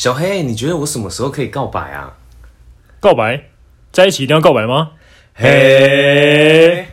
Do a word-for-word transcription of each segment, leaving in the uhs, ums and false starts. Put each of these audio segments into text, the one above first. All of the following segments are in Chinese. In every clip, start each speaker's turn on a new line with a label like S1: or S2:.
S1: 小黑，你觉得我什么时候可以告白啊？
S2: 告白，在一起一定要告白吗？
S1: 嘿，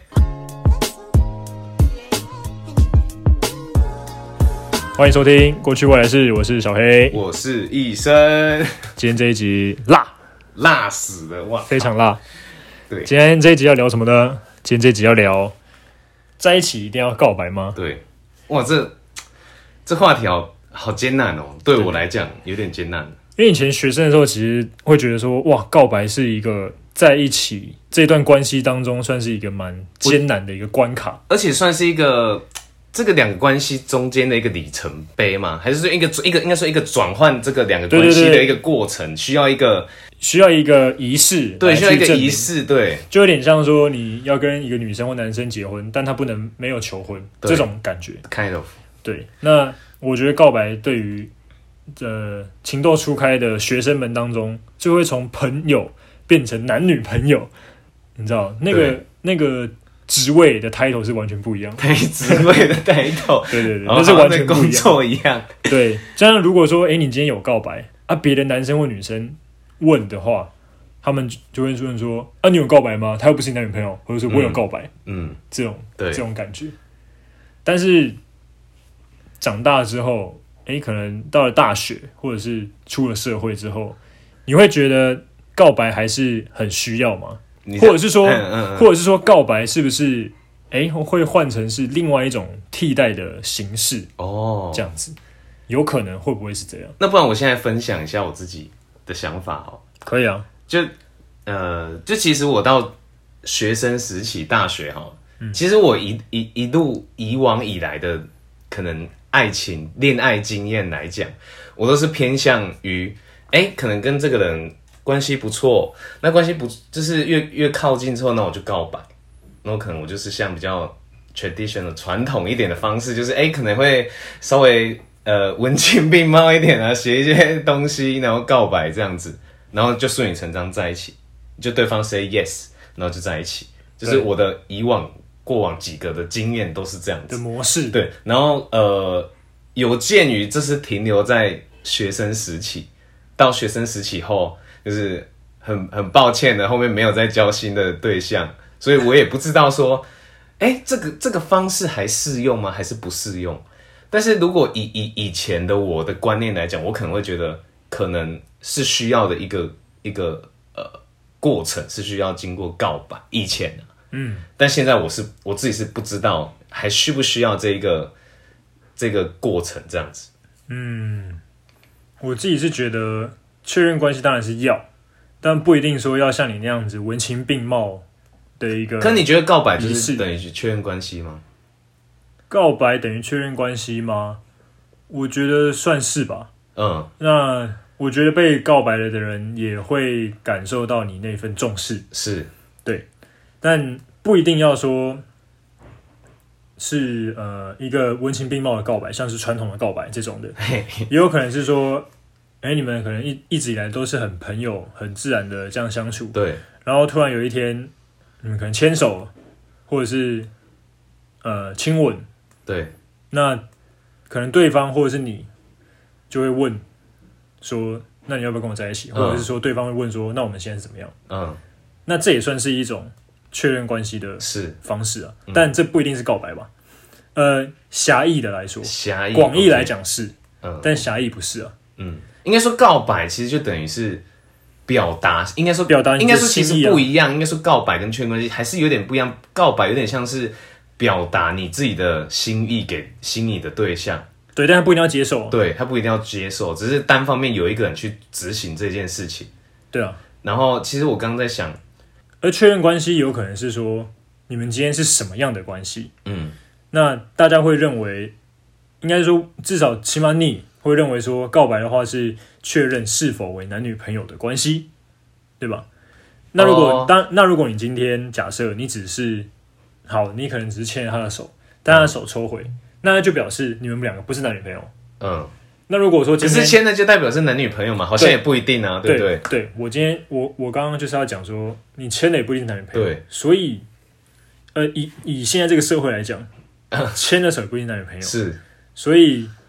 S2: 欢迎收听《过去未来式》，我是小黑，
S1: 我是医生。
S2: 今天这一集辣，
S1: 辣死了哇！
S2: 非常辣。
S1: 对，
S2: 今天这一集要聊什么呢？今天这一集要聊在一起一定要告白吗？
S1: 对，哇，这这话题好好艰难哦，对我来讲有点艰难。
S2: 因为以前学生的时候，其实会觉得说，哇，告白是一个在一起这段关系当中，算是一个蛮艰难的一个关卡，
S1: 而且算是一个这个两个关系中间的一个里程碑吗？还是说一个一个应该说一个转换这个两个关系的一个过程，对对对，需要一个
S2: 需要一个仪式，
S1: 对，需要一个仪式，对，
S2: 就有点像说你要跟一个女生或男生结婚，但他不能没有求婚这种感觉
S1: ，kind of，
S2: 对。那我觉得告白对于呃情窦初开的学生们当中，就会从朋友变成男女朋友，你知道那个那个职位的 title 是完全不一样的，
S1: 对，职位的 title，
S2: 对对对，那是完全不一样，
S1: 工作一样。
S2: 对，这样如果说，哎，你今天有告白啊，别的男生或女生问的话，他们就会问说，啊，你有告白吗？他又不是你男女朋友，或者说我有告白，嗯，这种这种感觉。但是长大之后，哎，可能到了大学或者是出了社会之后，你会觉得告白还是很需要吗？或者是说，嗯嗯嗯或者是说，告白是不是哎会换成是另外一种替代的形式？哦，这样子有可能会不会是这样？
S1: 那不然我现在分享一下我自己的想法哦。
S2: 可以啊，
S1: 就呃，就其实我到学生时期，大学哈，嗯、其实我一一一路以往以来的可能爱情恋爱经验来讲，我都是偏向于哎，可能跟这个人关系不错，那关系不就是越越靠近之后，那我就告白，然后可能我就是像比较 traditional 传统一点的方式，就是哎，可能会稍微呃文情并茂一点啊，写一些东西，然后告白这样子。然后就顺理成章在一起，就对方 say yes， 然后就在一起，就是我的以往过往几个的经验都是这样子
S2: 的模式。
S1: 对，然后呃，有鉴于这是停留在学生时期，到学生时期后，就是很很抱歉的，后面没有再交新的对象，所以我也不知道说，哎，这个这个方式还适用吗？还是不适用？但是如果以以以前的我的观念来讲，我可能会觉得可能是需要的一个一个呃过程，是需要经过告白。以前、啊、嗯，但现在我是我自己是不知道还需不需要这一个这个过程这样子。
S2: 嗯，我自己是觉得确认关系当然是要，但不一定说要像你那样子文情并茂的一个。
S1: 可你觉得告白就是等于确认关系吗？
S2: 告白等于确认关系吗？我觉得算是吧。嗯，那我觉得被告白了的人也会感受到你那份重视，
S1: 是
S2: 对，但不一定要说是呃一个文情并茂的告白，像是传统的告白这种的，也有可能是说，哎，你们可能一一直以来都是很朋友、很自然的这样相处，
S1: 对，
S2: 然后突然有一天，你们可能牵手，或者是呃亲吻，
S1: 对，
S2: 那可能对方或者是你就会问说，那你要不要跟我在一起？或者是说对方会问说，那我们现在是怎么样？嗯，那这也算是一种确认关系的方式啊，嗯、但这不一定是告白吧？呃，狭义的来说，
S1: 狭义
S2: 广义来讲是，嗯、但狭义不是啊。
S1: 嗯，应该说告白其实就等于是表达，应该说
S2: 表达、啊，
S1: 应该说其实不一样。应该说告白跟确认关系还是有点不一样。告白有点像是表达你自己的心意给心仪的对象。
S2: 对，但他不一定要接受。
S1: 对，他不一定要接受，只是单方面有一个人去执行这件事情。
S2: 对啊。
S1: 然后，其实我刚刚在想，
S2: 而确认关系有可能是说，你们今天是什么样的关系？嗯，那大家会认为，应该说，至少起码你会认为说，告白的话是确认是否为男女朋友的关系，对吧？那如果、哦、当那如果你今天假设你只是好，你可能只是牵着他的手，但他的手抽回。嗯，那就表示你们两个不是男女朋友。嗯，那如果说只
S1: 是签的就代表是男女朋友嘛？好像也不一定啊，对不对？
S2: 对，对我今天我我刚刚就是要讲说，你签的也不一定是男女朋友。对，所以呃，以以现在这个社会来讲，牵的手也不一定是男女朋友。
S1: 是，
S2: 所以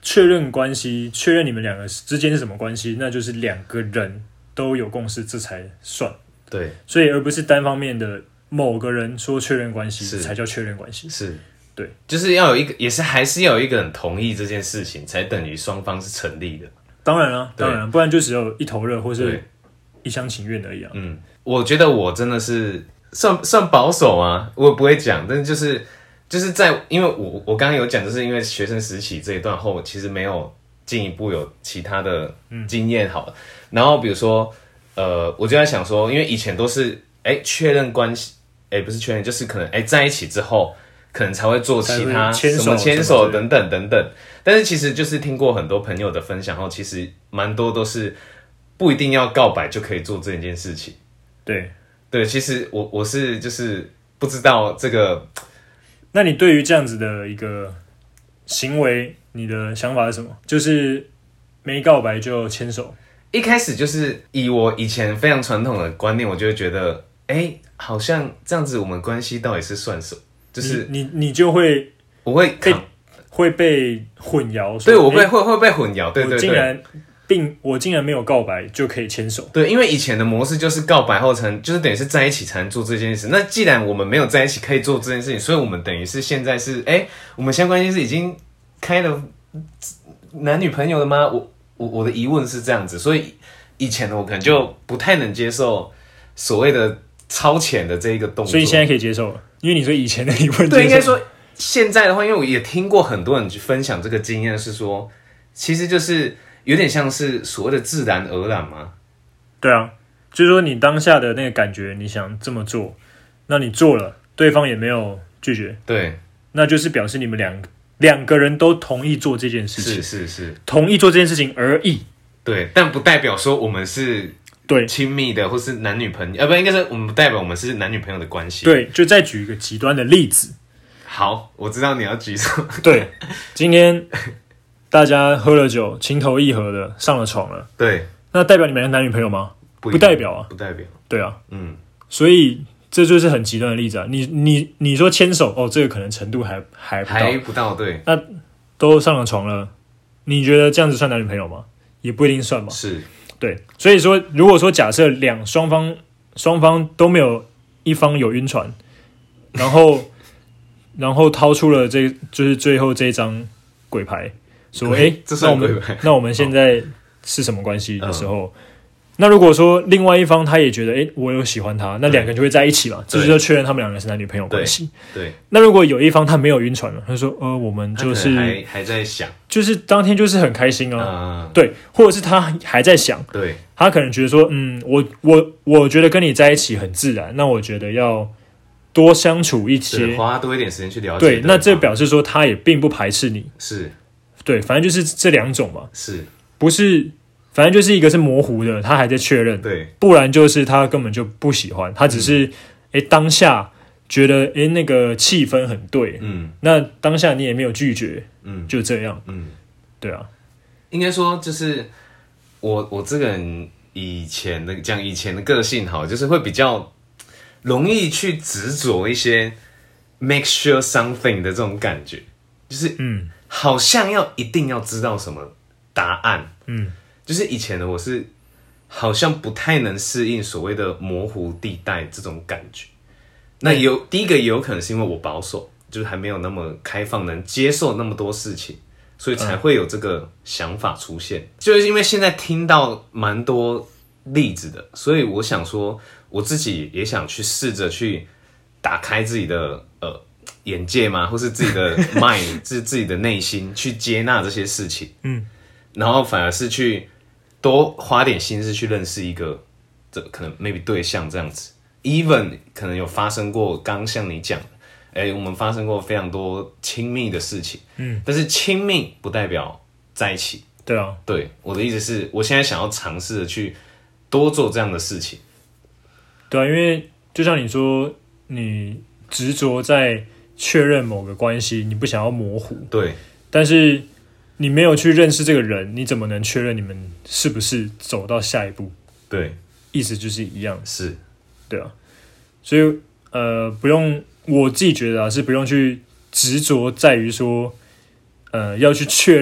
S2: 确认关系，确认你们两个之间是什么关系，那就是两个人都有共识，这才算。
S1: 对，
S2: 所以而不是单方面的某个人说确认关系才叫确认关系。
S1: 是，
S2: 对，
S1: 就是要有一个，也是还是要有一个人同意这件事情，才等于双方是成立的。
S2: 当然啊，当然，不然就只有一头热或是一厢情愿而已啊。
S1: 嗯，我觉得我真的是算算保守啊，我也不会讲，但是就是就是在，因为我我刚刚有讲，就是因为学生时期这一段后，其实没有进一步有其他的经验好了。嗯、然后比如说，呃，我就在想说，因为以前都是哎确认关系，哎不是确认，就是可能哎在一起之后，可能才会做其他什么牵手等等等等。但是其实就是听过很多朋友的分享后，其实蛮多都是不一定要告白就可以做这件事情。
S2: 对
S1: 对，其实我我是就是不知道这个。
S2: 那你对于这样子的一个行为，你的想法是什么？就是没告白就牵手？
S1: 一开始就是以我以前非常传统的观念，我就会觉得，哎、欸，好像这样子我们关系到底是算什么？就是
S2: 你你你就会
S1: 我会
S2: 被会被混淆，
S1: 对我会、欸、会会被混淆，对对对，
S2: 我竟然并我竟然没有告白就可以牵手，
S1: 对，因为以前的模式就是告白后才能，就是等于是在一起才能做这件事。那既然我们没有在一起可以做这件事情，所以我们等于是现在是，哎、欸，我们现在关系是已经开了男女朋友了吗？我我我的疑问是这样子，所以以前的我可能就不太能接受所谓的超前的这一个动作，
S2: 所以现在可以接受了，因为你说以前的疑问，
S1: 对，应该说现在的话，因为我也听过很多人去分享这个经验，是说其实就是有点像是所谓的自然而然嘛。
S2: 对啊，就是说你当下的那个感觉，你想这么做，那你做了，对方也没有拒绝，
S1: 对，
S2: 那就是表示你们两两个人都同意做这件事情，
S1: 是是是，
S2: 同意做这件事情而已。
S1: 对，但不代表说我们是对亲密的，或是男女朋友，呃，不，应该是我们不代表我们是男女朋友的关系。
S2: 对，就再举一个极端的例子。
S1: 好，我知道你要举什么。
S2: 对，今天大家喝了酒，情投意合的上了床了。
S1: 对，
S2: 那代表你们是男女朋友吗？不, 不代表啊，
S1: 不代表。
S2: 对啊，嗯，所以这就是很极端的例子啊。你你你说牵手哦，这个可能程度还还不到，
S1: 还不到，对。
S2: 那都上了床了，你觉得这样子算男女朋友吗？也不一定算嘛。
S1: 是，
S2: 对。所以说，如果说假设两双方双方都没有一方有晕船，然后。然后掏出了这就是最后这一张鬼牌，说：“哎，那我们那我们现在是什么关系的时候？嗯、那如果说另外一方他也觉得，哎，我有喜欢他，那两个人就会在一起嘛，这就确认他们两个是男女朋友关系。
S1: 对。对
S2: 那如果有一方他没有晕船了，他说：呃，我们就是
S1: 还还在想，
S2: 就是当天就是很开心
S1: 啊，
S2: 嗯、对，或者是他还在想，
S1: 对，
S2: 他可能觉得说，嗯，我我我觉得跟你在一起很自然，那我觉得要。”多相处一些，
S1: 花多一点时间去了解。
S2: 对，那这表示说他也并不排斥你。
S1: 是，
S2: 对，反正就是这两种嘛。
S1: 是，
S2: 不是？反正就是一个是模糊的，他还在确认。
S1: 对，
S2: 不然就是他根本就不喜欢，他只是哎、嗯、当下觉得哎那个气氛很对，嗯，那当下你也没有拒绝，嗯，就这样，嗯，对啊。
S1: 应该说就是我我这个人以前的讲以前的个性好，就是会比较。容易去执着一些 make sure something 的这种感觉，就是嗯，好像要一定要知道什么答案，嗯，就是以前的我是好像不太能适应所谓的模糊地带这种感觉。那有、嗯、第一个也有可能是因为我保守，就是还没有那么开放，能接受那么多事情，所以才会有这个想法出现。嗯、就是因为现在听到蛮多例子的，所以我想说。我自己也想去试着去打开自己的呃眼界嘛，或是自己的 mind 自自己的内心去接纳这些事情，嗯，然后反而是去多花点心思去认识一个这可能 maybe 对象这样子 ，even 可能有发生过，刚像你讲的，哎、欸，我们发生过非常多亲密的事情，嗯，但是亲密不代表在一起，
S2: 对啊，
S1: 对，我的意思是我现在想要尝试的去多做这样的事情。
S2: 对啊，因为就像你说，你执着在确认某个关系，你不想要模糊。
S1: 对。
S2: 但是你没有去认识这个人，你怎么能确认你们是不是走到下一步？
S1: 对，
S2: 意思就是一样。
S1: 是，
S2: 对啊。所以呃，不用，我自己觉得啊，是不用去执着在于说，呃，要去确认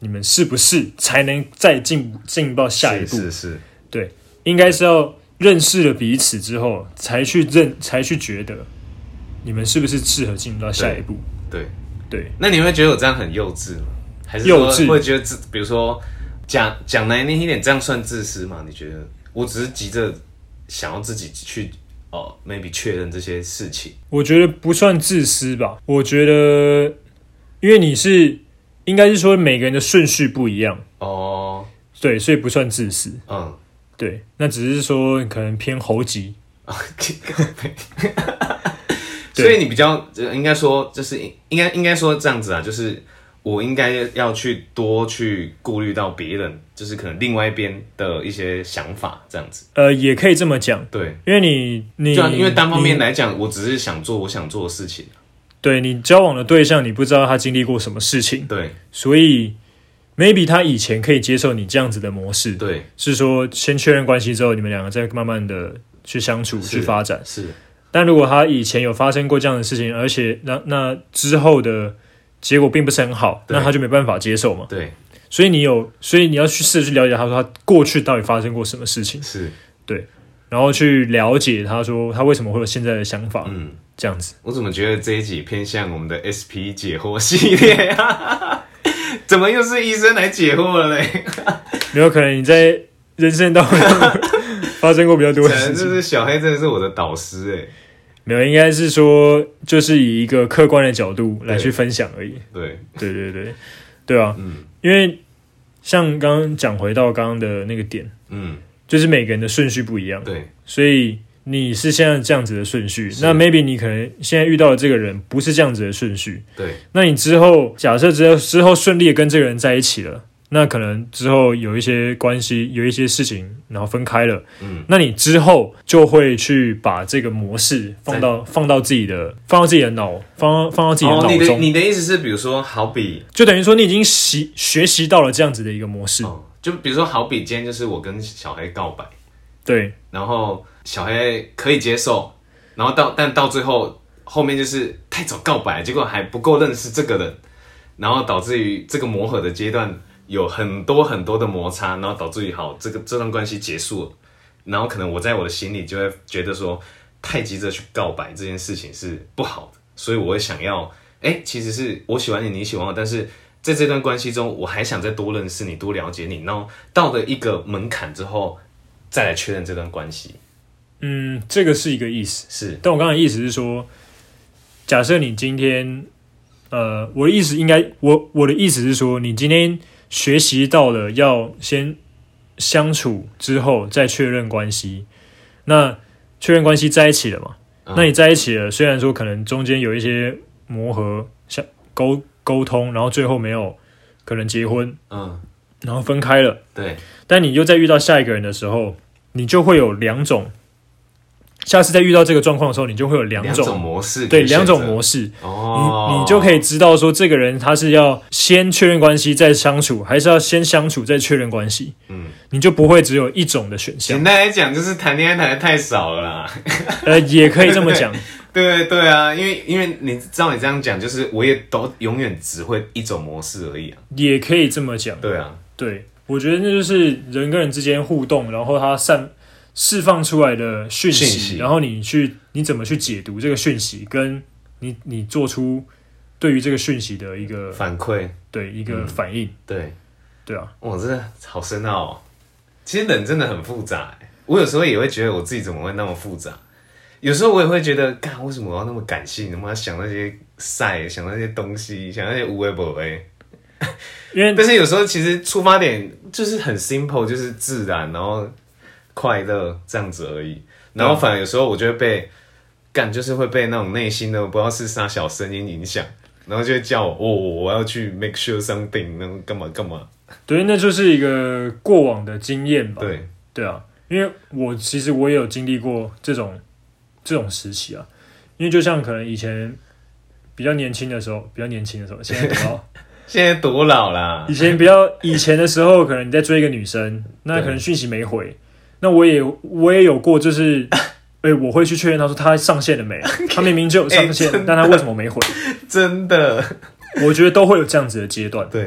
S2: 你们是不是才能再进进一步到下一步？
S1: 是是是，
S2: 对，应该是要认识了彼此之后，才去认，才去觉得你们是不是适合进入到下一步。
S1: 对
S2: 对, 对，
S1: 那你会觉得我这样很幼稚吗？还是说会觉得比如说讲讲难听一点，这样算自私吗？你觉得我只是急着想要自己去哦 ，maybe 确认这些事情？
S2: 我觉得不算自私吧。我觉得，因为你是应该是说每个人的顺序不一样哦，对，所以不算自私。嗯，对，那只是说可能偏猴急。
S1: 所以你比较应该说，就是应该应该说这样子啊，就是我应该要去多去顾虑到别人，就是可能另外一边的一些想法，这样子。
S2: 呃，也可以这么讲，
S1: 对，
S2: 因为你你
S1: 因为单方面来讲，我只是想做我想做的事情。
S2: 对，你交往的对象，你不知道他经历过什么事情，
S1: 对，
S2: 所以 maybe 他以前可以接受你这样子的模式，
S1: 对，
S2: 是说先确认关系之后，你们两个再慢慢的去相处去发展，
S1: 是。
S2: 但如果他以前有发生过这样的事情，而且那那之后的结果并不是很好，那他就没办法接受嘛。
S1: 对，
S2: 所以你有，所以你要去试着去了解他说他过去到底发生过什么事情，
S1: 是
S2: 对，然后去了解他说他为什么会有现在的想法，嗯，这样子。
S1: 我怎么觉得这一集偏向我们的 S P 解惑系列啊？怎么又是医生来解惑了嘞？
S2: 没有可能你在人生当中发生过比较多的事情。
S1: 就是小黑真的是我的导师哎。
S2: 没有，应该是说，就是以一个客观的角度来去分享而已。
S1: 对，
S2: 对，对，对，对啊，嗯，因为像刚刚讲回到刚刚的那个点，嗯，就是每个人的顺序不一样，
S1: 对，
S2: 所以你是现在这样子的顺序，那 maybe 你可能现在遇到的这个人不是这样子的顺序，
S1: 对，
S2: 那你之后假设之后之后顺利的跟这个人在一起了。那可能之后有一些关系，有一些事情，然后分开了。嗯，那你之后就会去把这个模式放到放到自己的放到自己的脑，放放到自己的脑中。
S1: 哦，你的你的意思是，比如说，好比
S2: 就等于说你已经习学习到了这样子的一个模式。哦，
S1: 就比如说，好比今天就是我跟小黑告白，
S2: 对，
S1: 然后小黑可以接受，然后到但到最后后面就是太早告白，结果还不够认识这个人，然后导致于这个磨合的阶段。有很多很多的摩擦，然后导致于好这个这段关系结束了，然后可能我在我的心里就会觉得说，太急着去告白这件事情是不好的，所以我会想要，哎，其实是我喜欢你，你喜欢我，但是在这段关系中，我还想再多认识你，多了解你，然后到了一个门槛之后，再来确认这段关系。
S2: 嗯，这个是一个意思，
S1: 是，
S2: 但我刚才的意思是说，假设你今天，呃，我的意思应该，我我的意思是说，你今天。学习到了要先相处之后再确认关系，那确认关系在一起了嘛？嗯、那你在一起了，虽然说可能中间有一些磨合、沟沟通，然后最后没有可能结婚，嗯，然后分开了，
S1: 对。
S2: 但你又再遇到下一个人的时候，你就会有两种。下次再遇到这个状况的时候，你就会有两种,
S1: 两种模式，
S2: 对，两种模式，哦，你你就可以知道说，这个人他是要先确认关系再相处，还是要先相处再确认关系，嗯，你就不会只有一种的选项。
S1: 简单来讲，就是谈恋爱谈的太少了啦，
S2: 呃，也可以这么讲，
S1: 对对对啊，因为因为你照你这样讲，就是我也都永远只会一种模式而已啊，
S2: 也可以这么讲，
S1: 对啊，
S2: 对，我觉得那就是人跟人之间互动，然后他散。释放出来的讯息，讯息然后你去你怎么去解读这个讯息，跟你你做出对于这个讯息的一个
S1: 反馈，
S2: 对一个反应，嗯、
S1: 对
S2: 对啊，
S1: 哇，真的好深奥哦。其实人真的很复杂，我有时候也会觉得我自己怎么会那么复杂，有时候我也会觉得，干为什么我要那么感性，那么想那些晒，想那些东西，想那些无为不为。因为但是有时候其实出发点就是很 simple， 就是自然，然后。快乐这样子而已，然后反而有时候我就会被干，就是会被那种内心的不知道是啥小声音影响，然后就会叫我哦，我要去 make sure something， 然后干嘛干嘛。
S2: 对，那就是一个过往的经验吧。
S1: 对，
S2: 对啊，因为我其实我也有经历过这种这种时期啊，因为就像可能以前比较年轻的时候，比较年轻的时候，现在多老，
S1: 现在多老啦？
S2: 以前比较以前的时候，可能你在追一个女生，那可能讯息没回。那我也我也有过，就是，哎、欸，我会去确认他说他上线了没？他明明就有上线，欸、但他为什么没回？
S1: 真的，
S2: 我觉得都会有这样子的阶段。
S1: 对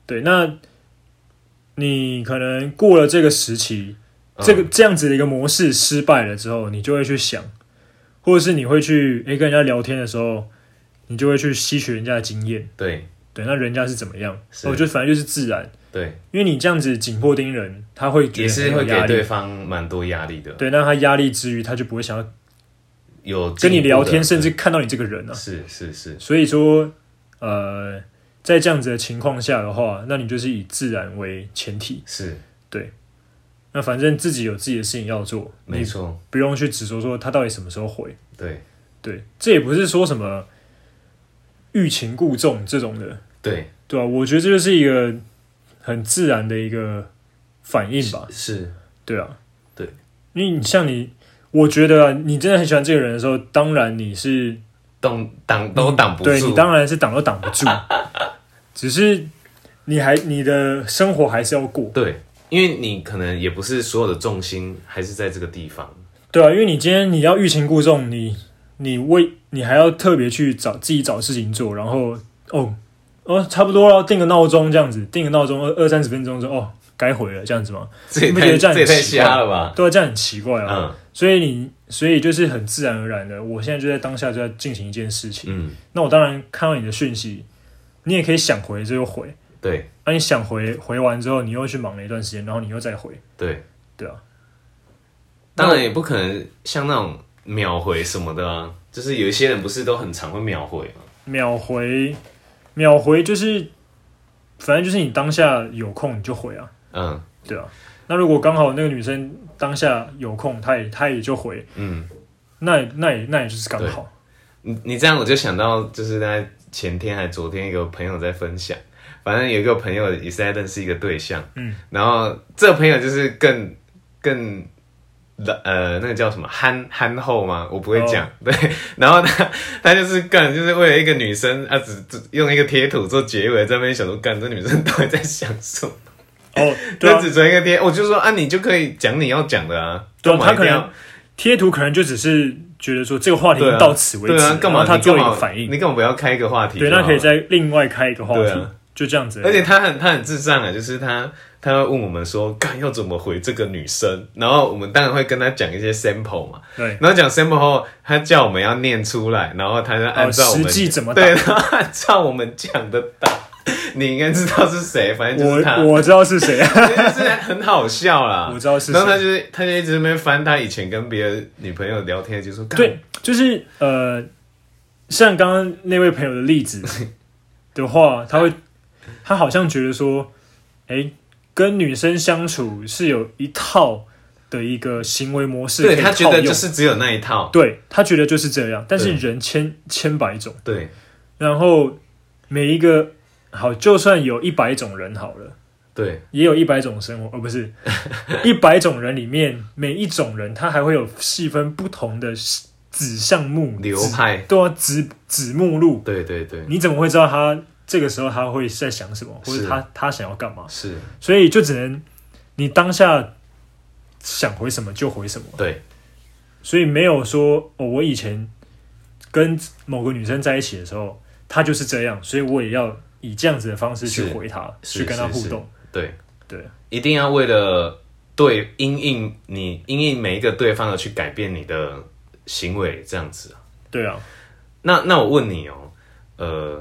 S2: 对，那你可能过了这个时期，
S1: 嗯、
S2: 这个这样子的一个模式失败了之后，你就会去想，或者是你会去诶、欸、跟人家聊天的时候，你就会去吸取人家的经验。
S1: 对
S2: 对，那人家是怎么样？我觉得反正就是自然。
S1: 对，
S2: 因为你这样子紧迫盯人，他会觉得
S1: 也是会给对方蛮多压力的。
S2: 对，那他压力之余，他就不会想要
S1: 有
S2: 跟你聊天，甚至看到你这个人啊。
S1: 是是是。
S2: 所以说，呃，在这样子的情况下的话，那你就是以自然为前提。
S1: 是，
S2: 对。那反正自己有自己的事情要做，
S1: 没错，
S2: 不用去执着说他到底什么时候回。
S1: 对
S2: 对，这也不是说什么欲擒故纵这种的。
S1: 对
S2: 对啊，我觉得这就是一个很自然的一个反应吧。
S1: 是，
S2: 对啊，
S1: 对，
S2: 因为你像你，我觉得啊，你真的很喜欢这个人的时候，当然你是
S1: 挡挡都挡不住，
S2: 对你当然是挡都挡不住，只是你还你的生活还是要过。
S1: 对，因为你可能也不是所有的重心还是在这个地方。
S2: 对啊，因为你今天你要欲擒故纵，你你为你还要特别去找自己找事情做，然后哦。哦，差不多了，定个闹钟这样子，定个闹钟二二三十分钟之后，哦，该回了这样子吗？
S1: 这也太这也太瞎了吧？
S2: 对啊，这样很奇怪啊。
S1: 嗯，
S2: 所以你所以就是很自然而然的，我现在就在当下就在进行一件事情。
S1: 嗯，
S2: 那我当然看到你的讯息，你也可以想回就回。
S1: 对，
S2: 那、啊、你想回回完之后，你又去忙了一段时间，然后你又再回。
S1: 对，
S2: 对啊。
S1: 当然也不可能像那种秒回什么的啊，就是有一些人不是都很常会秒回吗？
S2: 秒回。秒回就是，反正就是你当下有空你就回啊，
S1: 嗯，
S2: 对啊。那如果刚好那个女生当下有空，她也她也就回，嗯，那那也那也就是刚好。
S1: 你你这样我就想到，就是在前天还昨天一个朋友在分享，反正有一个朋友也是在认识一个对象，嗯，然后这个朋友就是更更。呃，那个叫什么憨憨厚吗？我不会讲， oh. 对。然后他他就是干，就是为了一个女生，啊，只只用一个贴图做结尾，在那边想说，干这女生到底在想什么？哦、oh, ，对、啊，就只存一个贴，我就说啊，你就可以讲你要讲的啊。
S2: 对啊，他可能贴图可能就只是觉得说这个话题到此为止，对啊，干嘛他做一个反应？
S1: 你干嘛不要开一个话题？
S2: 对，那可以再另外开一个话题，啊、就这样子。
S1: 而且他很他很智障啊，就是他。他会问我们说，干要怎么回这个女生？然后我们当然会跟他讲一些 sample 嘛，对。然后讲 sample 后，他叫我们要念出来，然后他就按照我们、
S2: 哦、实际怎么打，
S1: 对，然后按照我们讲的打。你应该知道是谁，反正就是他。
S2: 我我知道是谁啊，
S1: 就是很好笑啦。
S2: 我知道是谁。
S1: 然后他就是他就一直在那边翻他以前跟别的女朋友聊天，就说
S2: 对，就是呃，像刚刚那位朋友的例子的话，他会他好像觉得说，哎、欸。跟女生相处是有一套的一个行为模式可以套用，
S1: 对，他觉得就是只有那一套，
S2: 对，他觉得就是这样。但是人千千百种，
S1: 对，
S2: 然后每一个好，就算有一百种人好了，
S1: 对，
S2: 也有一百种生活，而、哦、不是一百种人里面，每一种人他还会有细分不同的子项目
S1: 流派，
S2: 对啊，子子目录，
S1: 对对对，
S2: 你怎么会知道他？这个时候他会在想什么，或者他他想要干嘛？
S1: 是，
S2: 所以就只能你当下想回什么就回什么。
S1: 对，
S2: 所以没有说哦，我以前跟某个女生在一起的时候，她就是这样，所以我也要以这样子的方式去回她，去跟她互动。
S1: 对
S2: 对，
S1: 一定要为了对因应你因应每一个对方而去改变你的行为，这样子。
S2: 对啊，
S1: 那那我问你哦，呃。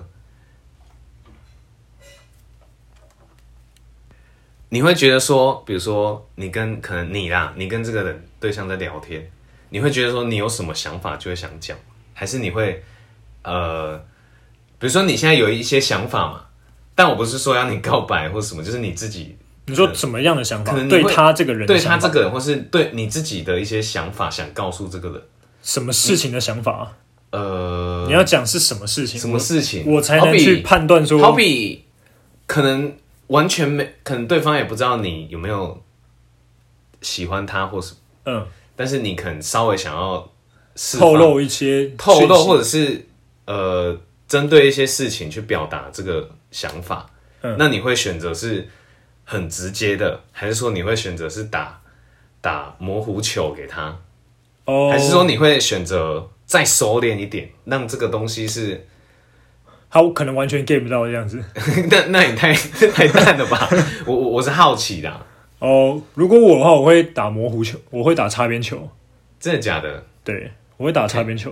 S1: 你会觉得说，比如说你跟可能你啦，你跟这个人对象在聊天，你会觉得说你有什么想法就会想讲，还是你会呃，比如说你现在有一些想法嘛，但我不是说要你告白或什么，就是你自己，
S2: 你说怎么样的想法？可能对他这个人的想法，
S1: 对他这个人，或是对你自己的一些想法，想告诉这个人
S2: 什么事情的想法、啊？
S1: 呃，
S2: 你要讲是什么事情？
S1: 什么事情？
S2: 我才能去判断说，
S1: 好比可能。完全没，可能对方也不知道你有没有喜欢他或是嗯，但是你可能稍微想要
S2: 透露一些
S1: 透露，或者是呃，针对一些事情去表达这个想法。嗯，那你会选择是很直接的，还是说你会选择是打打模糊球给他？哦，还是说你会选择再收敛一点，让这个东西是
S2: 他可能完全 get 不到这样子。
S1: 那那也太太淡了吧？我我我是好奇的、啊。
S2: 哦，如果我的话，我会打模糊球，我会打擦边球。
S1: 真的假的？
S2: 对，我会打擦边球。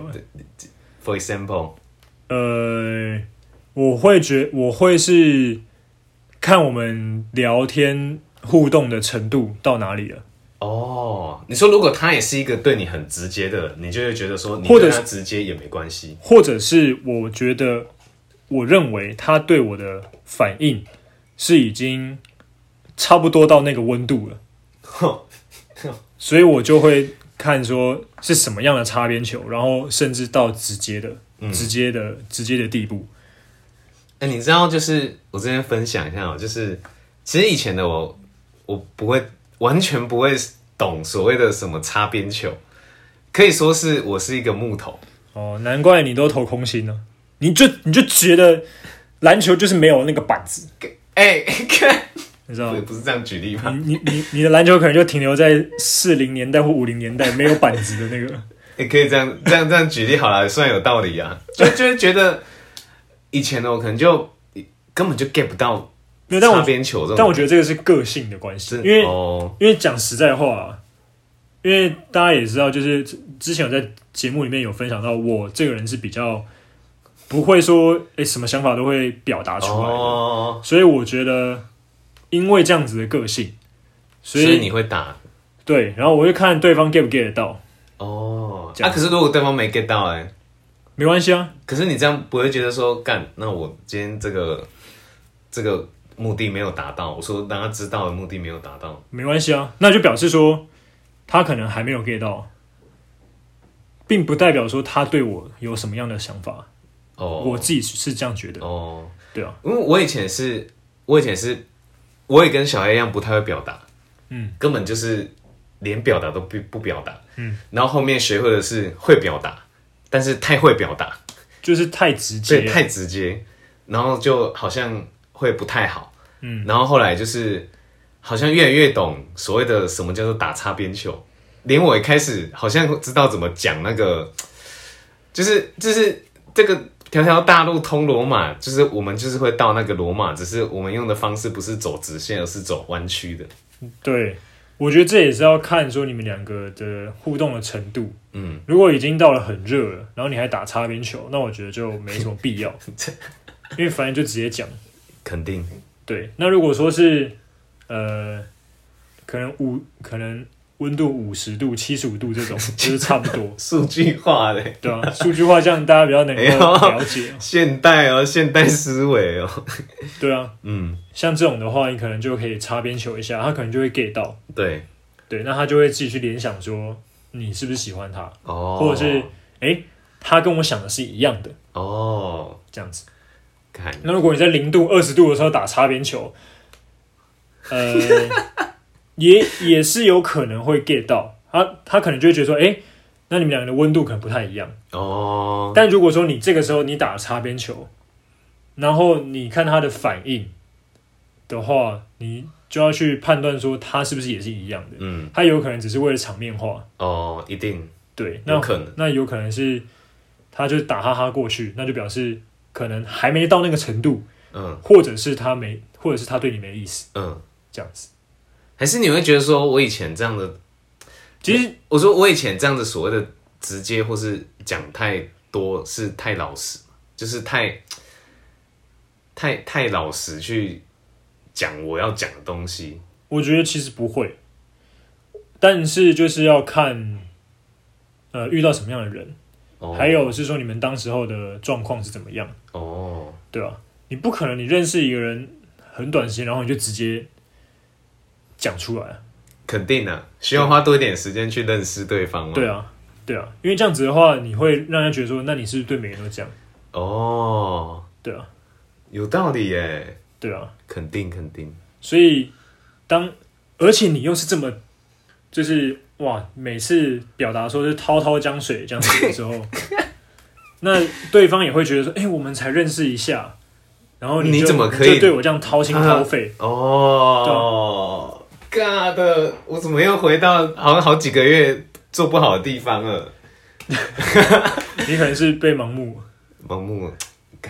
S1: For example，
S2: 呃，我会觉我会是看我们聊天互动的程度到哪里了。
S1: 哦，你说如果他也是一个对你很直接的人，你就会觉得说你跟他直接也没关系，
S2: 或者是我觉得我认为他对我的反应是已经差不多到那个温度了，所以我就会看说是什么样的擦边球，然后甚至到直接的、嗯、直接的、直接的地步。
S1: 哎、欸，你知道，就是我这边分享一下哦，就是其实以前的我，我不会完全不会懂所谓的什么擦边球，可以说是我是一个木头。
S2: 哦，难怪你都投空心了，你就你就觉得篮球就是没有那个板子。
S1: 哎、欸，看。
S2: 你知道
S1: 不是这样举例吧？
S2: 你你你你的篮球可能就停留在四零年代或五零年代没有板子的那个。
S1: 也、欸、可以这样这样这样举例好了，虽然有道理啊，就就会觉得以前的我可能就根本就 get 不到擦边球这种，
S2: 但我觉得这个是个性的关系，因为、哦、因为讲实在话、啊，因为大家也知道，就是之前有在节目里面有分享到，我这个人是比较不会说哎、欸、什么想法都会表达出来的、哦，所以我觉得。因为这样子的个性，所 以,
S1: 所以你会打
S2: 对，然后我会看对方 get 不 get 得到。
S1: 哦，啊，可是如果对方没 get 到、欸，哎，
S2: 没关系啊。
S1: 可是你这样不会觉得说，干，那我今天这个这个目的没有达到，我说让他知道的目的没有达到，
S2: 没关系啊，那就表示说他可能还没有 get 到，并不代表说他对我有什么样的想法。哦，我自己是这样觉得。哦，对啊，
S1: 因为我以前是，我以前是。我也跟小黑一样不太会表达，嗯，根本就是连表达都不不表达，嗯，然后后面学会的是会表达，但是太会表达，
S2: 就是太直接，
S1: 对，太直接，然后就好像会不太好，嗯，然后后来就是好像越来越懂所谓的什么叫做打擦边球，连我也开始好像知道怎么讲那个，就是就是这个。条条大路通罗马，就是我们就是会到那个罗马，只是我们用的方式不是走直线，而是走弯曲的。
S2: 对，我觉得这也是要看说你们两个的互动的程度。嗯，如果已经到了很热了，然后你还打擦边球，那我觉得就没什么必要，因为反正就直接讲。
S1: 肯定。
S2: 对，那如果说是呃，可能五可能。温度五十度、七十五度这种，就是差不多。
S1: 数据化的，
S2: 对啊，数据化这样大家比较能够了解、喔。
S1: 现代哦，现代思维哦。
S2: 对啊，嗯，像这种的话，你可能就可以擦边球一下，他可能就会 get 到。
S1: 对，
S2: 对，那他就会自己去联想说，你是不是喜欢他？哦，或者是哎、欸，他跟我想的是一样的。哦，这样子。那如果你在零度、二十度的时候打擦边球，呃。也也是有可能会 get 到他，他可能就会觉得说，哎、欸，那你们两个的温度可能不太一样哦。但如果说你这个时候你打擦边球，然后你看他的反应的话，你就要去判断说他是不是也是一样的。嗯，他有可能只是为了场面话
S1: 哦，一定
S2: 对，那有可能，那有可能是他就打哈哈过去，那就表示可能还没到那个程度，嗯，或者是他没，或者是他对你没意思，嗯，这样子。
S1: 还是你会觉得说，我以前这样的，其实我说我以前这样的所谓的直接或是讲太多是太老实，就是太太太老实去讲我要讲的东西。
S2: 我觉得其实不会，但是就是要看呃遇到什么样的人，哦、还有是说你们当时候的状况是怎么样。哦，对吧、啊？你不可能你认识一个人很短时间，然后你就直接。讲出来，
S1: 肯定啊，需要花多一点时间去认识对方嘛。
S2: 对啊，对啊，因为这样子的话，你会让人觉得说，那你是不是对每个人都这样？哦，对啊，
S1: 有道理耶。
S2: 对啊，
S1: 肯定肯定。
S2: 所以当而且你又是这么，就是哇，每次表达说是滔滔江水这样子的时候，那对方也会觉得说，哎、欸，我们才认识一下，然后 你,
S1: 你怎么可以
S2: 对我这样掏心掏肺？
S1: 啊、哦。God， 我怎么又回到好像好几个月做不好的地方了？
S2: 你可能是被盲目，
S1: 盲目，干，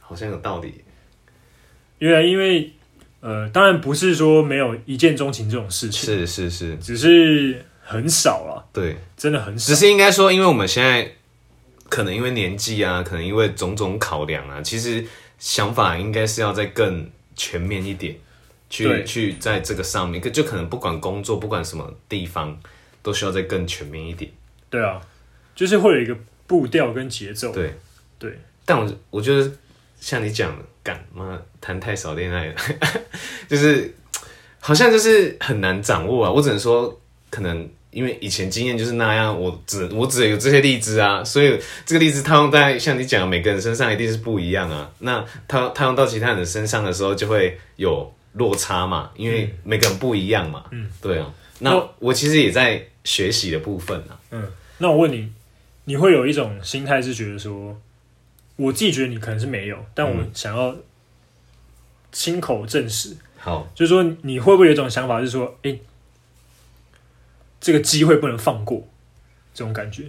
S1: 好像有道理。
S2: 因为因为呃，当然不是说没有一见钟情这种事情，
S1: 是是是，
S2: 只是很少啦。
S1: 对，
S2: 真的很少。
S1: 只是应该说，因为我们现在可能因为年纪啊，可能因为种种考量啊，其实想法应该是要再更全面一点，去去在这个上面，就可能不管工作，不管什么地方，都需要再更全面一点。
S2: 对啊，就是会有一个步调跟节奏。
S1: 对
S2: 对，
S1: 但我我觉得像你讲的，干妈谈太少恋爱了，就是好像就是很难掌握啊。我只能说，可能因为以前经验就是那样，我只我只有这些例子啊，所以这个例子套用在像你讲的每个人身上一定是不一样啊。那套套用到其他人身上的时候，就会有落差嘛，因为每个人不一样嘛。嗯，对啊。那我其实也在学习的部分啊。
S2: 嗯。那我问你，你会有一种心态是觉得说，我自己觉得你可能是没有，但我想要亲口证实。
S1: 好，
S2: 就是说你会不会有一种想法是说，哎、欸，这个机会不能放过，这种感觉？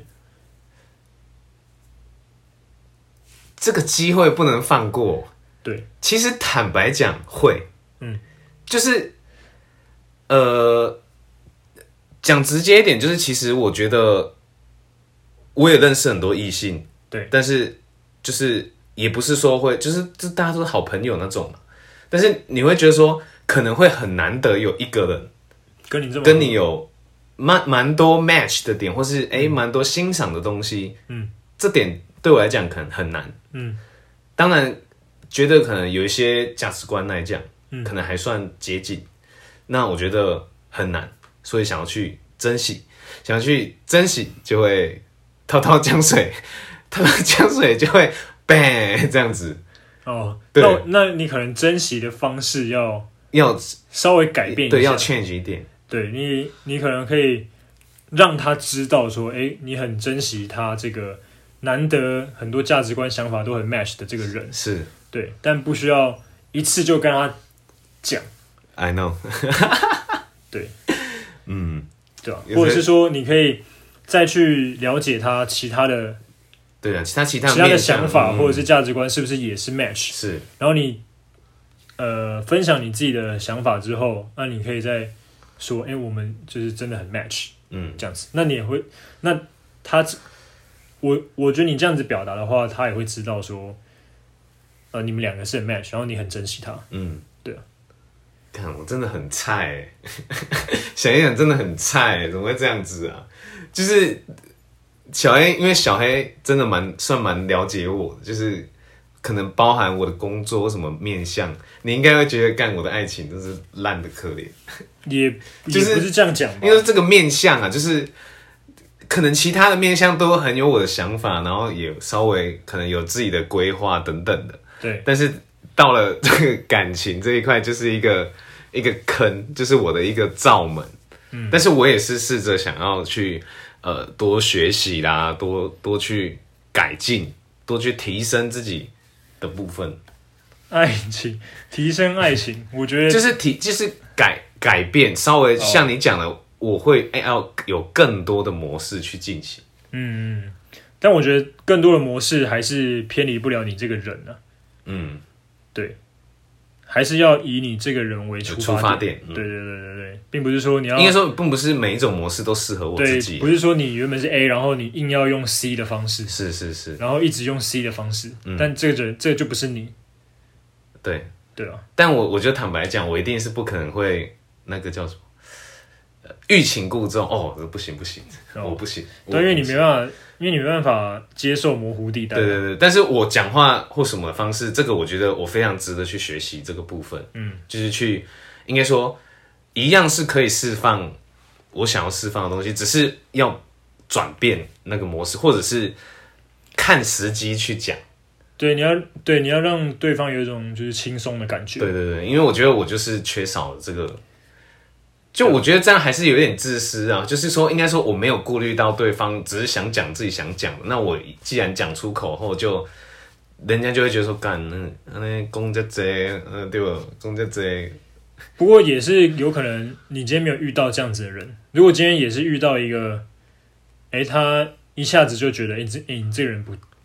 S1: 这个机会不能放过。
S2: 对，
S1: 其实坦白讲会，
S2: 嗯，
S1: 就是呃，讲直接一点，就是其实我觉得。我也认识很多异性，
S2: 对，
S1: 但是就是也不是说会，就是这大家都是好朋友那种嘛。但是你会觉得说，可能会很难得有一个人
S2: 跟你这么
S1: 跟你有蛮蛮多 match 的点，或是哎蛮多欣赏的东西，嗯，这点对我来讲可能很难，嗯。当然，觉得可能有一些价值观来讲，嗯，可能还算接近，那我觉得很难，所以想要去珍惜，想要去珍惜就会。滔滔江水，滔滔江水就会 bang 这样子。
S2: 哦，那那你可能珍惜的方式要
S1: 要
S2: 稍微改变一下，
S1: 对，要 change 一点。
S2: 对你，你可能可以让他知道说，哎、欸，你很珍惜他这个难得很多价值观想法都很 match 的这个人，
S1: 是
S2: 对，但不需要一次就跟他讲。
S1: I know
S2: 对，
S1: 嗯，
S2: 对吧？或者是说，你可以。再去了解他其他的，
S1: 对啊，其他其他
S2: 其他的想法、嗯、或者是价值观是不是也是 match？
S1: 是，
S2: 然后你呃分享你自己的想法之后，那你可以再说，哎、欸，我们就是真的很 match， 嗯，这样子。那你也会，那他，我我觉得你这样子表达的话，他也会知道说，呃，你们两个是很 match， 然后你很珍惜他，嗯，对啊。
S1: 看我真的很菜，想一想真的很菜，怎么会这样子啊？就是小黑，因为小黑真的蛮算蛮了解我的，就是可能包含我的工作什么面向，你应该会觉得干我的爱情真是烂的可怜，
S2: 也
S1: 就是
S2: 也不是这样讲吧，
S1: 因为这个面向啊，就是可能其他的面向都很有我的想法，然后也稍微可能有自己的规划等等的，
S2: 对，
S1: 但是到了这个感情这一块，就是一个一个坑，就是我的一个罩门。嗯，但是我也是试着想要去呃多学习啦，多多去改进，多去提升自己的部分。
S2: 爱情提升爱情，我觉得
S1: 就是提就是改改变，稍微像你讲的，哦、我会、欸、要有更多的模式去进行。
S2: 嗯，但我觉得更多的模式还是偏离不了你这个人啊。嗯，对。还是要以你这个人为出发点，
S1: 出发点嗯、
S2: 对对对对对，并不是说你要，
S1: 应该说并不是每一种模式都适合我自己，
S2: 对，不是说你原本是 A， 然后你硬要用 C 的方式，
S1: 是是是，
S2: 然后一直用 C 的方式，嗯、但这个人这个就不是你，
S1: 对
S2: 对啊，
S1: 但我我就坦白讲，我一定是不可能会那个叫什么欲擒故纵哦，不行不行，哦、我不行，
S2: 对，因为你没办法。因为你没办法接受模糊地带，
S1: 对对对，但是我讲话或什么方式，这个我觉得我非常值得去学习这个部分，嗯，就是去应该说一样是可以释放我想要释放的东西，只是要转变那个模式，或者是看时机去讲。
S2: 对，你要对你要让对方有一种就是轻松的感觉。
S1: 对对对，因为我觉得我就是缺少了这个。就我觉得这样还是有点自私啊，就是说，应该说我没有顾虑到对方，只是想讲自己想讲的。那我既然讲出口后，就人家就会觉得说，干那那公家贼，呃，对吧？公家贼。
S2: 不过也是有可能，你今天没有遇到这样子的人。如果今天也是遇到一个，哎、欸，他一下子就觉得，哎、欸，这、欸、你这个人不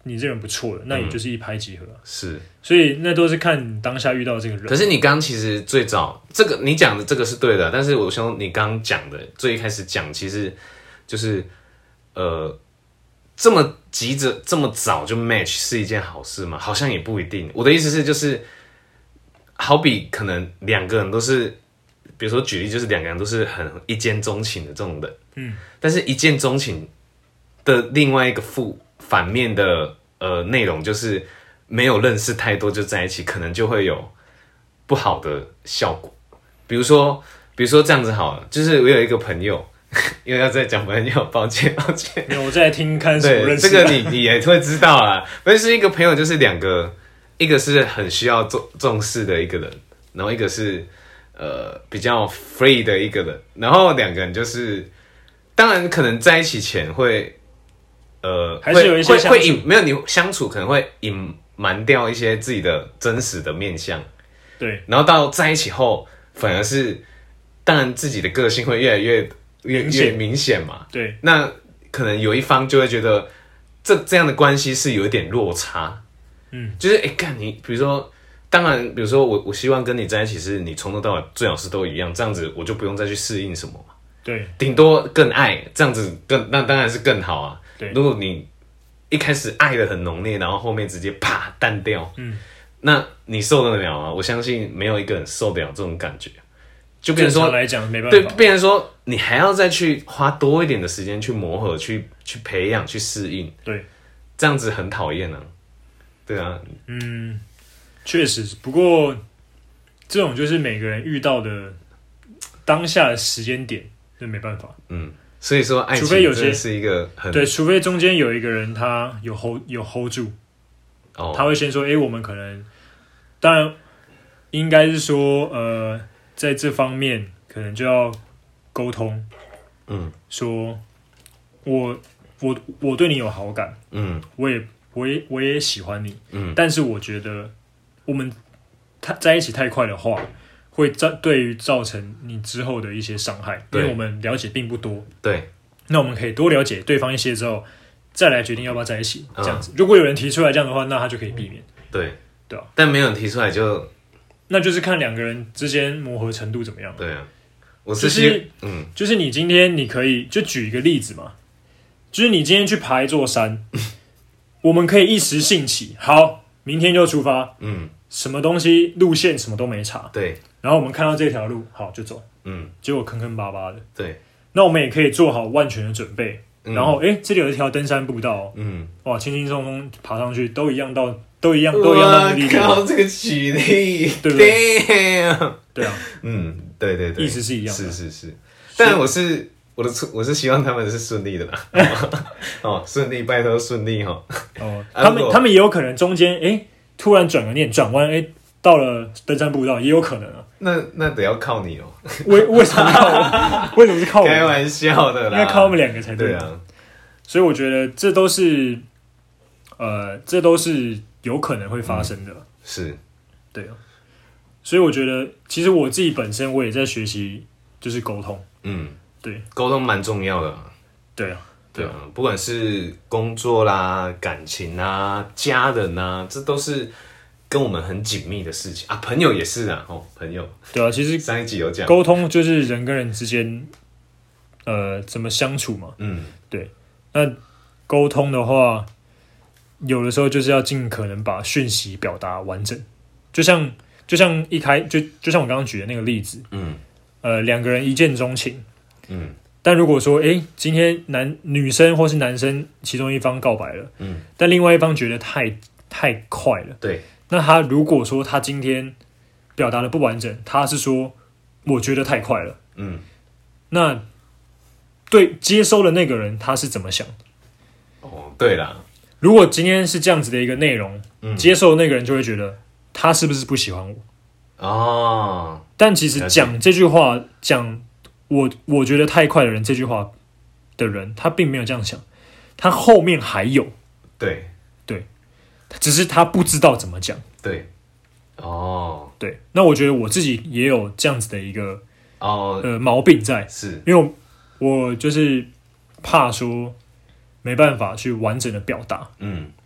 S2: 你这人不错的，那也就是一拍即合、啊嗯。
S1: 是，
S2: 所以那都是看当下遇到这个人。
S1: 可是你刚其实最早这个你讲的这个是对的，但是我想你刚讲的最一开始讲，其实就是呃这么急着这么早就 match 是一件好事吗？好像也不一定。我的意思是，就是好比可能两个人都是，比如说举例，就是两个人都是很一见钟情的这种人，嗯，但是一见钟情的另外一个负反面的呃内容就是没有认识太多就在一起，可能就会有不好的效果。比如说，比如说这样子好了，就是我有一个朋友，因为要再讲朋友，抱歉抱歉。
S2: 没有，我在听看什么认识的。
S1: 对，这个你你也会知道啦。但是一个朋友就是两个，一个是很需要重重视的一个人，然后一个是呃比较 free 的一个人，然后两个人就是，当然可能在一起前会。呃，
S2: 还是有一些
S1: 会会隐没有你相处可能会隐瞒掉一些自己的真实的面相，
S2: 对，
S1: 然后到在一起后，反而是当然自己的个性会越来越越越明显嘛，
S2: 对，
S1: 那可能有一方就会觉得这这样的关系是有一点落差，嗯，就是哎，干你，比如说，当然，比如说我我希望跟你在一起是你从头到尾最好是都一样，这样子我就不用再去适应什么嘛，
S2: 对，
S1: 顶多更爱，这样子更那当然是更好啊。
S2: 对，
S1: 如果你一开始爱的很浓烈，然后后面直接啪淡掉，嗯，那你受得了吗？我相信没有一个人受得了这种感觉。就变成说，
S2: 正常来讲没办法，
S1: 对，变成说你还要再去花多一点的时间去磨合、去去培养、去适应，
S2: 对，
S1: 这样子很讨厌啊。对啊，
S2: 嗯，确实，不过这种就是每个人遇到的当下的时间点，就没办法，嗯。
S1: 所以说，爱情真的是一个很
S2: 对，除非中间有一个人他有 hold 有 hold 住，哦，他会先说，哎、欸，我们可能，当然应该是说，呃，在这方面可能就要沟通，嗯，说我我我对你有好感，嗯，我也我也我也喜欢你，嗯，但是我觉得我们太在一起太快的话。会造对于造成你之后的一些伤害，因为我们了解并不多。
S1: 对，
S2: 那我们可以多了解对方一些之后，再来决定要不要在一起。这样子，嗯、如果有人提出来这样的话，那他就可以避免。
S1: 对，
S2: 对啊。
S1: 但没有人提出来就，
S2: 那就是看两个人之间磨合程度怎么样。
S1: 对啊，我是、
S2: 就是、嗯，就是你今天你可以就举一个例子嘛，就是你今天去爬一座山，我们可以一时兴起，好，明天就出发，嗯。什么东西路线什么都没查，
S1: 对，
S2: 然后我们看到这条路，好就走，嗯，结果坑坑巴巴的，
S1: 对，
S2: 那我们也可以做好万全的准备，嗯、然后哎，这里有一条登山步道，嗯，哇，轻轻松松爬上去，都一样到，都一样，都一样到目的地。
S1: 靠，这个举例，
S2: 对不对？对啊，
S1: 嗯，对对对，
S2: 意思是一样的，
S1: 是是是，但我是我的我是希望他们是顺利的啦，哦，顺利，拜托顺利哈，
S2: 哦，他们他们也有可能中间哎。突然转个念，转弯，哎，到了登山步道也有可能啊。
S1: 那那得要靠你哦。
S2: 为为什么靠我？为什么是靠我？
S1: 开玩笑的啦，
S2: 应该靠我们两个才对。
S1: 对啊。
S2: 所以我觉得这都是，呃，这都是有可能会发生的。嗯、
S1: 是。
S2: 对啊。所以我觉得，其实我自己本身我也在学习，就是沟通。嗯，对，
S1: 沟通蛮重要的。
S2: 对啊。
S1: 对啊，不管是工作啦、感情啊、家人啊，这都是跟我们很紧密的事情啊。朋友也是啊，哦，朋友。
S2: 对啊，其实
S1: 上一集有讲，
S2: 沟通就是人跟人之间，呃，怎么相处嘛。嗯，对。那沟通的话，有的时候就是要尽可能把讯息表达完整，就像就像一开就就像我刚刚举的那个例子，嗯，呃，两个人一见钟情，嗯。但如果说，哎，今天男女生或是男生其中一方告白了，嗯，但另外一方觉得太太快了，
S1: 对，
S2: 那他如果说他今天表达的不完整，他是说我觉得太快了，嗯，那对接收的那个人他是怎么想？
S1: 哦，对啦，
S2: 如果今天是这样子的一个内容，嗯，接受的那个人就会觉得他是不是不喜欢我？哦，但其实讲这句话讲。我我觉得太快的人这句话的人，他并没有这样想，他后面还有，
S1: 对
S2: 对，只是他不知道怎么讲，
S1: 对，哦，
S2: 对，那我觉得我自己也有这样子的一个哦呃毛病在，
S1: 是
S2: 因为我，我就是怕说没办法去完整的表达，嗯，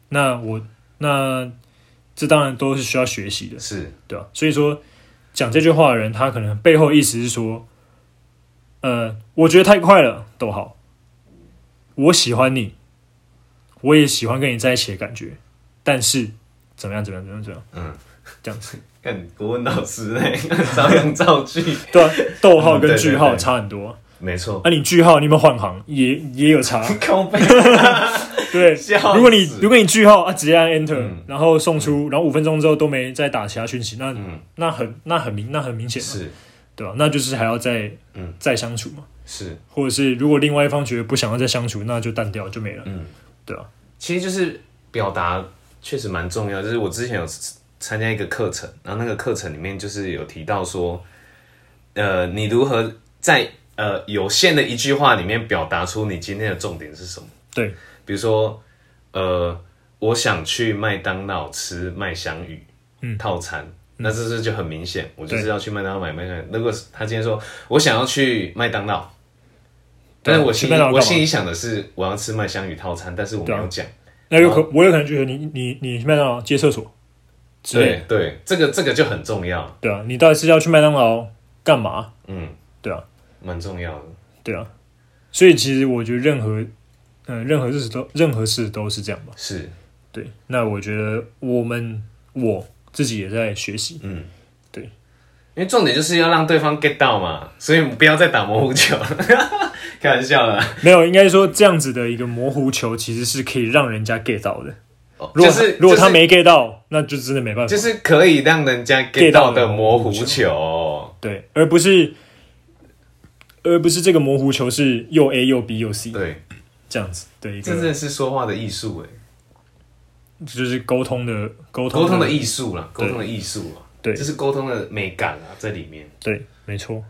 S2: 那我那这当然都是需要学习的，
S1: 是
S2: 对吧、啊？所以说讲这句话的人，他可能背后意思是说，呃，我觉得太快了，逗号，我喜欢你，我也喜欢跟你在一起的感觉，但是怎么样怎么样怎么样怎么样，嗯，这样子。
S1: 看国文老师呢，照样造句，
S2: 对啊，逗号跟句号差很多，
S1: 没错。
S2: 那、啊、你句号，你有没有换行？也也有差。
S1: 靠背。
S2: 对，如果你如果你句号啊，直接按 Enter，、嗯、然后送出，然后五分钟之后都没再打其他讯息，那、嗯、那很那很明那很明显，
S1: 是，
S2: 对吧？那就是还要再、嗯、再相处嘛，
S1: 是，
S2: 或者是如果另外一方觉得不想要再相处，那就淡掉就没了，嗯，对吧？
S1: 其实就是表达确实蛮重要，就是我之前有参加一个课程，然后那个课程里面就是有提到说，呃，你如何在呃有限的一句话里面表达出你今天的重点是什么？
S2: 对。
S1: 比如说，呃，我想去麦当劳吃麦香鱼、嗯、套餐，嗯、那这是就很明显，我就是要去麦当劳买麦香鱼。如果他今天说我想要去麦当劳，但是我心我心里想的是我要吃麦香鱼套餐，但是我没有讲。
S2: 那有可我有可能觉得你你你去麦当劳接厕所，
S1: 对对，这个这个就很重要。
S2: 对啊，你到底是要去麦当劳干嘛？嗯，对啊，
S1: 蛮重要的。
S2: 对啊，所以其实我觉得任何。嗯，任何事都任何事都是这样吧？
S1: 是，
S2: 对。那我觉得我们我自己也在学习，嗯，对。
S1: 因为重点就是要让对方 get 到嘛，所以不要再打模糊球，开玩笑啦。
S2: 没有，应该说这样子的一个模糊球其实是可以让人家 get 到的。
S1: 哦、
S2: 如果、
S1: 就是、
S2: 如果他没 get 到，那就真的没办法。
S1: 就是可以让人家 get 到的模糊球，
S2: 对，而不是而不是这个模糊球是又 A 又 B 又 C， 对。这样子的一个，
S1: 这真的是说话的艺术哎，
S2: 就是沟通的沟通
S1: 沟通的艺术啦，沟通的艺术啊，对，这是沟通的美感啊，在里面。
S2: 对，没错。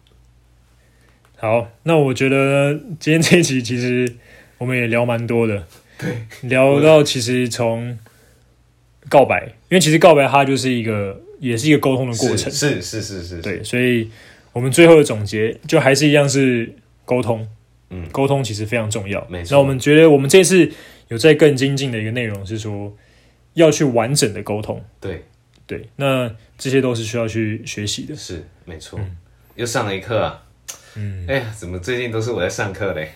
S2: 好，那我觉得今天这一集其实我们也聊蛮多的，
S1: 对，
S2: 聊到其实从告白，因为其实告白它就是一个，也是一个沟通的过程，
S1: 是是是是是，
S2: 对，所以我们最后的总结就还是一样是沟通。嗯，沟通其实非常重要。没错。那我们觉得我们这次有在更精进的一个内容是说，要去完整的沟通。对对，那这些都是需要去学习的。
S1: 是，没错。嗯、又上了一课啊。嗯。哎呀，怎么最近都是我在上课嘞？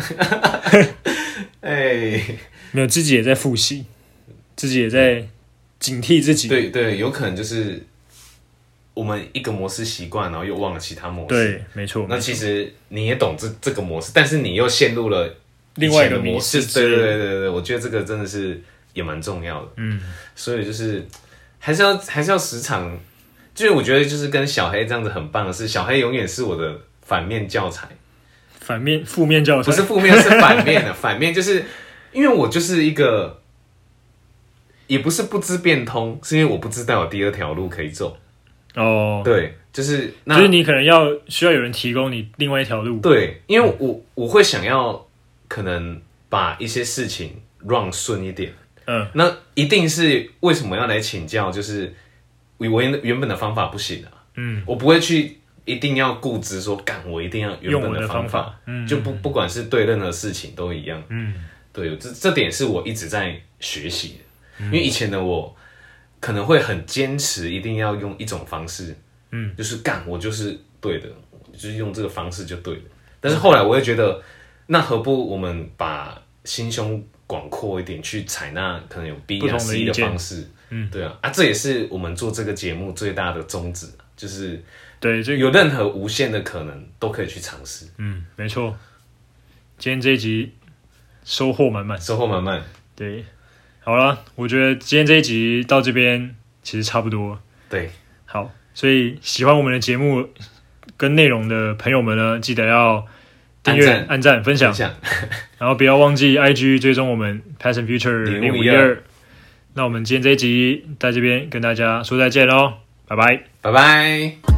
S1: 哎，
S2: 没有，自己也在复习，自己也在警惕自己。
S1: 对对，有可能就是。我们一个模式习惯，然后又忘了其他模式。
S2: 对，没错。
S1: 那其实你也懂这这个模式，但是你又陷入了
S2: 另外一个模式。
S1: 对对对对对，我觉得这个真的是也蛮重要的。嗯，所以就是还是要还是要时常，就是我觉得就是跟小黑这样子很棒的是，小黑永远是我的反面教材。
S2: 反面负面教材
S1: 不是负面，是反面的。反面就是因为我就是一个，也不是不知变通，是因为我不知道有第二条路可以走。哦，对，就是那，
S2: 就是你可能要需要有人提供你另外一条路。
S1: 对，因为我我会想要可能把一些事情让顺一点。嗯，那一定是为什么要来请教？就是我原原本的方法不行啊。嗯，我不会去一定要固执说，干我一定要原本的方法。嗯，就不不管是对任何事情都一样。嗯，对，这这点是我一直在学习的，嗯、因为以前的我。可能会很坚持，一定要用一种方式，嗯，就是干我就是对的，就是用这个方式就对的。但是后来我会觉得，那何不我们把心胸广阔一点，去采纳可能有 B 啊 C 的方式，嗯，对啊，啊，这也是我们做这个节目最大的宗旨，就是
S2: 对，这个
S1: 有任何无限的可能都可以去尝试。
S2: 嗯，没错。今天这一集收获满满，
S1: 收获满满，
S2: 对。好了，我觉得今天这一集到这边其实差不多。
S1: 对，
S2: 好，所以喜欢我们的节目跟内容的朋友们呢，记得要订阅、按赞、分享，然后不要忘记 I G 追踪我们 Passion Future 零五一二。那我们今天这一集在这边跟大家说再见喽，拜拜，
S1: 拜拜。